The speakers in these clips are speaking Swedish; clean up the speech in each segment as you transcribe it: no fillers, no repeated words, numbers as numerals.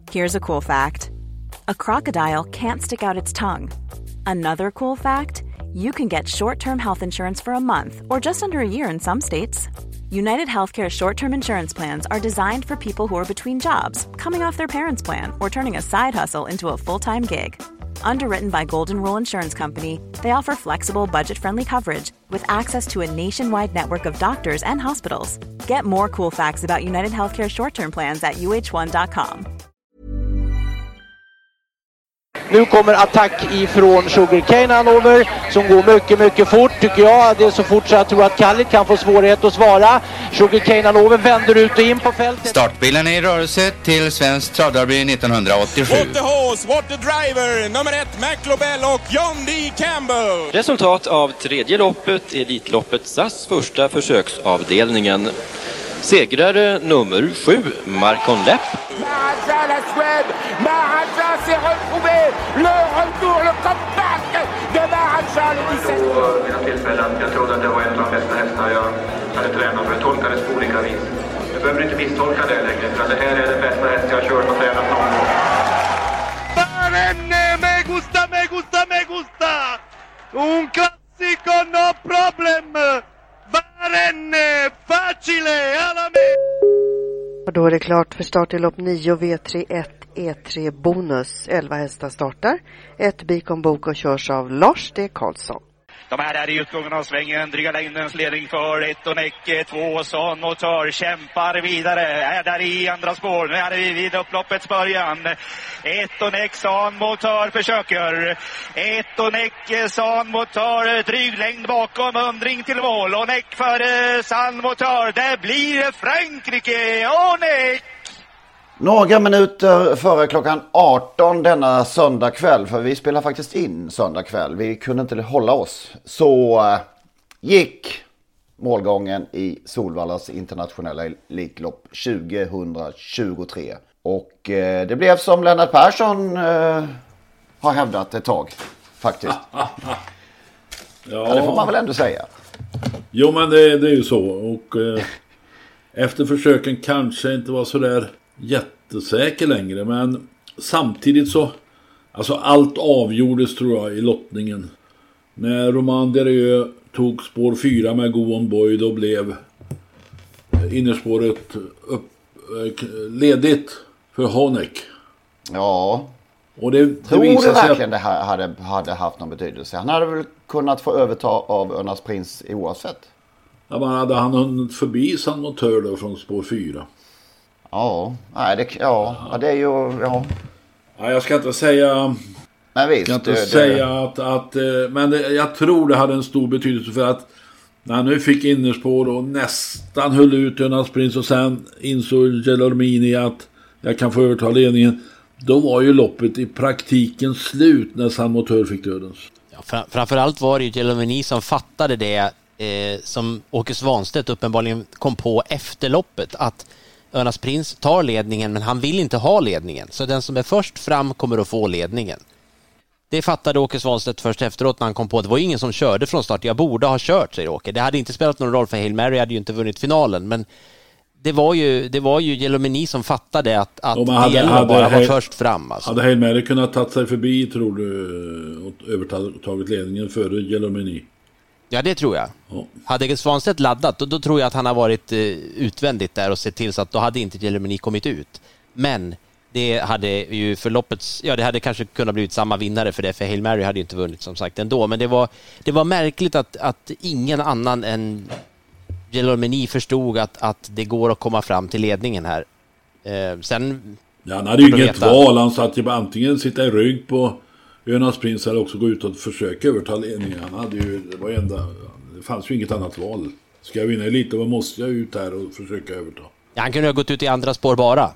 Here's a cool fact. A crocodile can't stick out its tongue. Another cool fact, you can get short-term health insurance for a month or just under a year in some states. United Healthcare short-term insurance plans are designed for people who are between jobs, coming off their parents' plan, or turning a side hustle into a full-time gig. Underwritten by Golden Rule Insurance Company, they offer flexible, budget-friendly coverage with access to a nationwide network of doctors and hospitals. Get more cool facts about United Healthcare short-term plans at uh1.com. Nu kommer attack ifrån Sugarcane Hanover som går mycket, mycket fort tycker jag. Det är så fort så jag tror att Khalid kan få svårighet att svara. Sugarcane Hanover vänder ut och in på fältet. Startbilen är i rörelse till Svensk Travderby 1987. What the horse, what the driver, nummer 1 McLobell och John D. Campbell. Resultat av tredje loppet, Elitloppet SAS första försöksavdelningen. Segrare nummer 7, Marcon Lepp. Maharaja, la Suède, Maharaja s'est retrouvé, le retour, le comeback de Maharaja, le 17. På mina tillfällen, jag trodde att det var en av de bästa hästarna jag hade tränat för. Jag tolkade det på olika vis. Du behöver inte misstolka det längre, för det här är den bästa häst jag har kört och tränat någon gång. Barenne, me gusta, me gusta, me gusta! Un classico, no problem! Barenne, facile, alla me! Och då är det klart för start i lopp 9 V31 E3 bonus. 11 hästar startar. Ett Bikon Bok och körs av Lars D. Karlsson. De här är i utgången av svängen. Dryga längdens ledning för Etonek. 2 Son Motor kämpar vidare. Är där i andra spår. Nu är vi vid upploppets början. Etonek Son Motor försöker. Etonek Son Motor. Dryg längd bakom. Undring till mål. Onek för Son Motor. Det blir Frankrike. Onek! Några minuter före klockan 18 denna söndag kväll, för vi spelar faktiskt in söndag kväll. Vi kunde inte hålla oss. Så gick målgången i Solvallas internationella elitlopp 2023. Och det blev som Lennart Persson har hävdat ett tag faktiskt. Ja, det får man väl ändå säga. Jo, men det är ju så. Och efter försöken kanske inte var så där jättesäker längre, men samtidigt så alltså allt avgjordes tror jag i lottningen när Roman Derrieux tog spår 4 med Go On Boy. Då blev innerspåret ledigt för Honeck. Ja, och det tror du verkligen att det hade haft någon betydelse? Han hade väl kunnat få överta av Örnas Prins oavsett. Ja, men hade han hunnit förbi San Motör då från spår 4. Ja, nej, det är ju... Ja. Ja, jag ska inte säga... Men visst, jag ska inte säga att men jag tror det hade en stor betydelse, för att när han nu fick innerspår och nästan höll ut Jonas Prins och sen insåg Gelormini att jag kan få överta ledningen, då var ju loppet i praktiken slut när San Motör fick dödens. Ja, framförallt var det ju Gelormini som fattade det som Åke Svanstedt uppenbarligen kom på efter loppet, att Örnas Prins tar ledningen, men han vill inte ha ledningen. Så den som är först fram kommer att få ledningen. Det fattade Åke Svanstedt först efteråt när han kom på. Det var ingen som körde från start. Jag borde ha kört, säger Åke. Det hade inte spelat någon roll, för Hail Mary hade ju inte vunnit finalen. Men det var ju Gelormini som fattade att det gäller bara vara först fram. Alltså. Hade Hail Mary kunnat ta sig förbi, tror du, och övertagit ledningen före Gelormini? Ja, det tror jag. Ja. Hade Svanstedt laddat, då tror jag att han har varit utvändigt där och sett till så att då hade inte Gelormini kommit ut. Men det hade ju förloppets... Ja, det hade kanske kunnat bli samma vinnare för det, för Hail Mary hade ju inte vunnit som sagt ändå. Men det var märkligt att ingen annan än Gelormini förstod att det går att komma fram till ledningen här. Sen... Ja, han hade ju inget val. Han satt ju antingen sitta i rygg på Örnas Prins eller också gå ut och försöka överta ledningen. Han hade ju, det fanns ju inget annat val. Ska jag vinna lite, då måste jag ut här och försöka överta. Ja, han kunde ha gått ut i andra spår bara.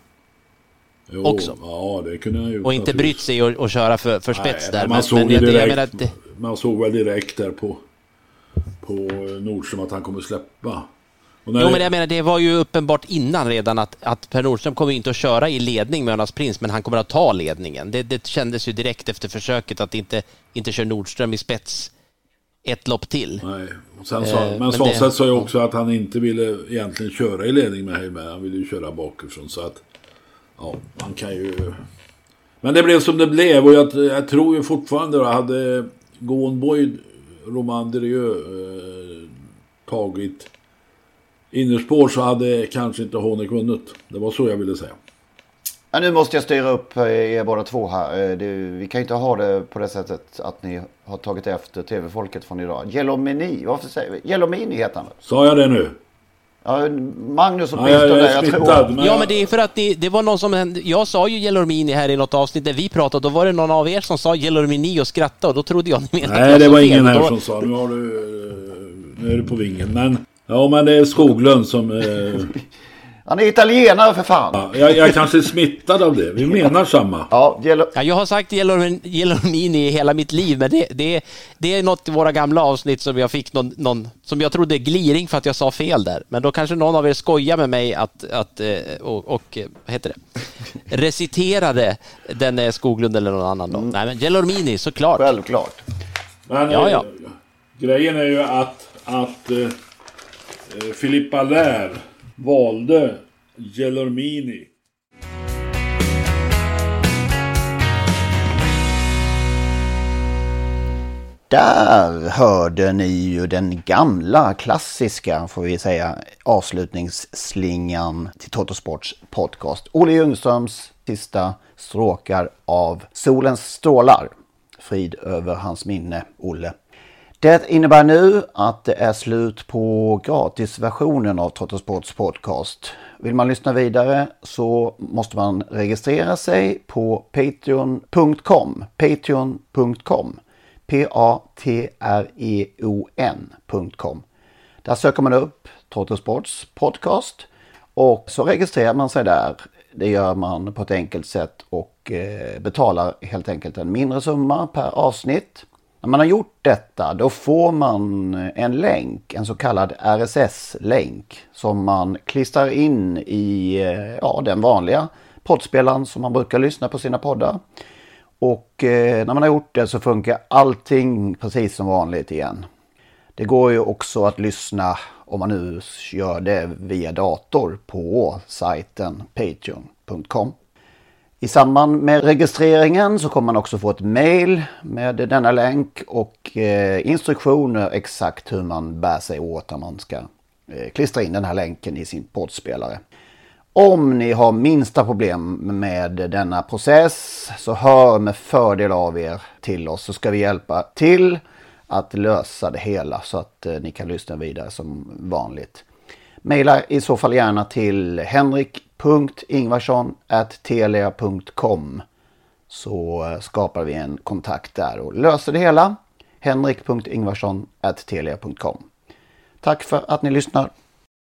Jo, också. Ja, det kunde han ju. Och inte brytt sig och köra för spets. Nej, där. Man såg väl direkt där på Nordström att han kommer släppa. Men jag menar, det var ju uppenbart innan redan att Per Nordström kommer inte att köra i ledning med Örnas Prins, men han kommer att ta ledningen. Det kändes ju direkt efter försöket att inte kör Nordström i spets ett lopp till. Nej, och sen men Svanstedt sa ju också att han inte ville egentligen köra i ledning med Heimer. Han ville ju köra bakifrån, så att Ja, man kan ju... Men det blev som det blev och jag tror ju fortfarande då hade Gone Boyd Romain Derieux tagit innerspår så hade kanske inte Honeck vunnit. Det var så jag ville säga. Ja, nu måste jag styra upp er båda två här. Vi kan ju inte ha det på det sättet att ni har tagit efter tv-folket från idag. Jelomini, varför säger vi? Jelomini heter han. Sa jag det nu? Ja, Magnus och Peter där, jag tror. Men... Ja, men det är för att det var någon som... Jag sa ju Jelomini här i något avsnitt där vi pratade. Då var det någon av er som sa Jelomini och skrattade. Och då trodde jag ni menade. Nej, det var ingen här som sa. Nu är du på vingen. Men, ja, men det är Skoglund som... Han är italienare för fan. Ja, jag kanske är smittad av det. Vi menar samma. Ja, jag har sagt Jelomini i hela mitt liv. Men det är något i våra gamla avsnitt som jag fick någon som jag trodde gliring för att jag sa fel där. Men då kanske någon av er skojar med mig och heter det? Reciterade den Skoglund eller någon annan då. Nej, men Jelomini, såklart. Självklart. Men ja. Grejen är ju att Philippe Allaire valde Jelomini. Där hörde ni ju den gamla klassiska, får vi säga, avslutningsslingan till Totosports podcast. Olle Ljungströms sista stråkar av Solens strålar. Frid över hans minne, Olle. Det innebär nu att det är slut på gratisversionen av Totosports podcast. Vill man lyssna vidare så måste man registrera sig på patreon.com. Patreon.com. Patreon.com. Där söker man upp Totosports podcast och så registrerar man sig där. Det gör man på ett enkelt sätt och betalar helt enkelt en mindre summa per avsnitt. När man har gjort detta då får man en länk, en så kallad RSS-länk som man klistrar in i den vanliga poddspelaren som man brukar lyssna på sina poddar. Och när man har gjort det så funkar allting precis som vanligt igen. Det går ju också att lyssna om man nu gör det via dator på sajten patreon.com. I samband med registreringen så kommer man också få ett mail med denna länk och instruktioner exakt hur man bär sig åt när man ska klistra in den här länken i sin poddspelare. Om ni har minsta problem med denna process så hör med fördel av er till oss så ska vi hjälpa till att lösa det hela så att ni kan lyssna vidare som vanligt. Maila i så fall gärna till henrik.ingvarsson@telia.com så skapar vi en kontakt där och löser det hela. henrik.ingvarsson@telia.com. Tack för att ni lyssnar.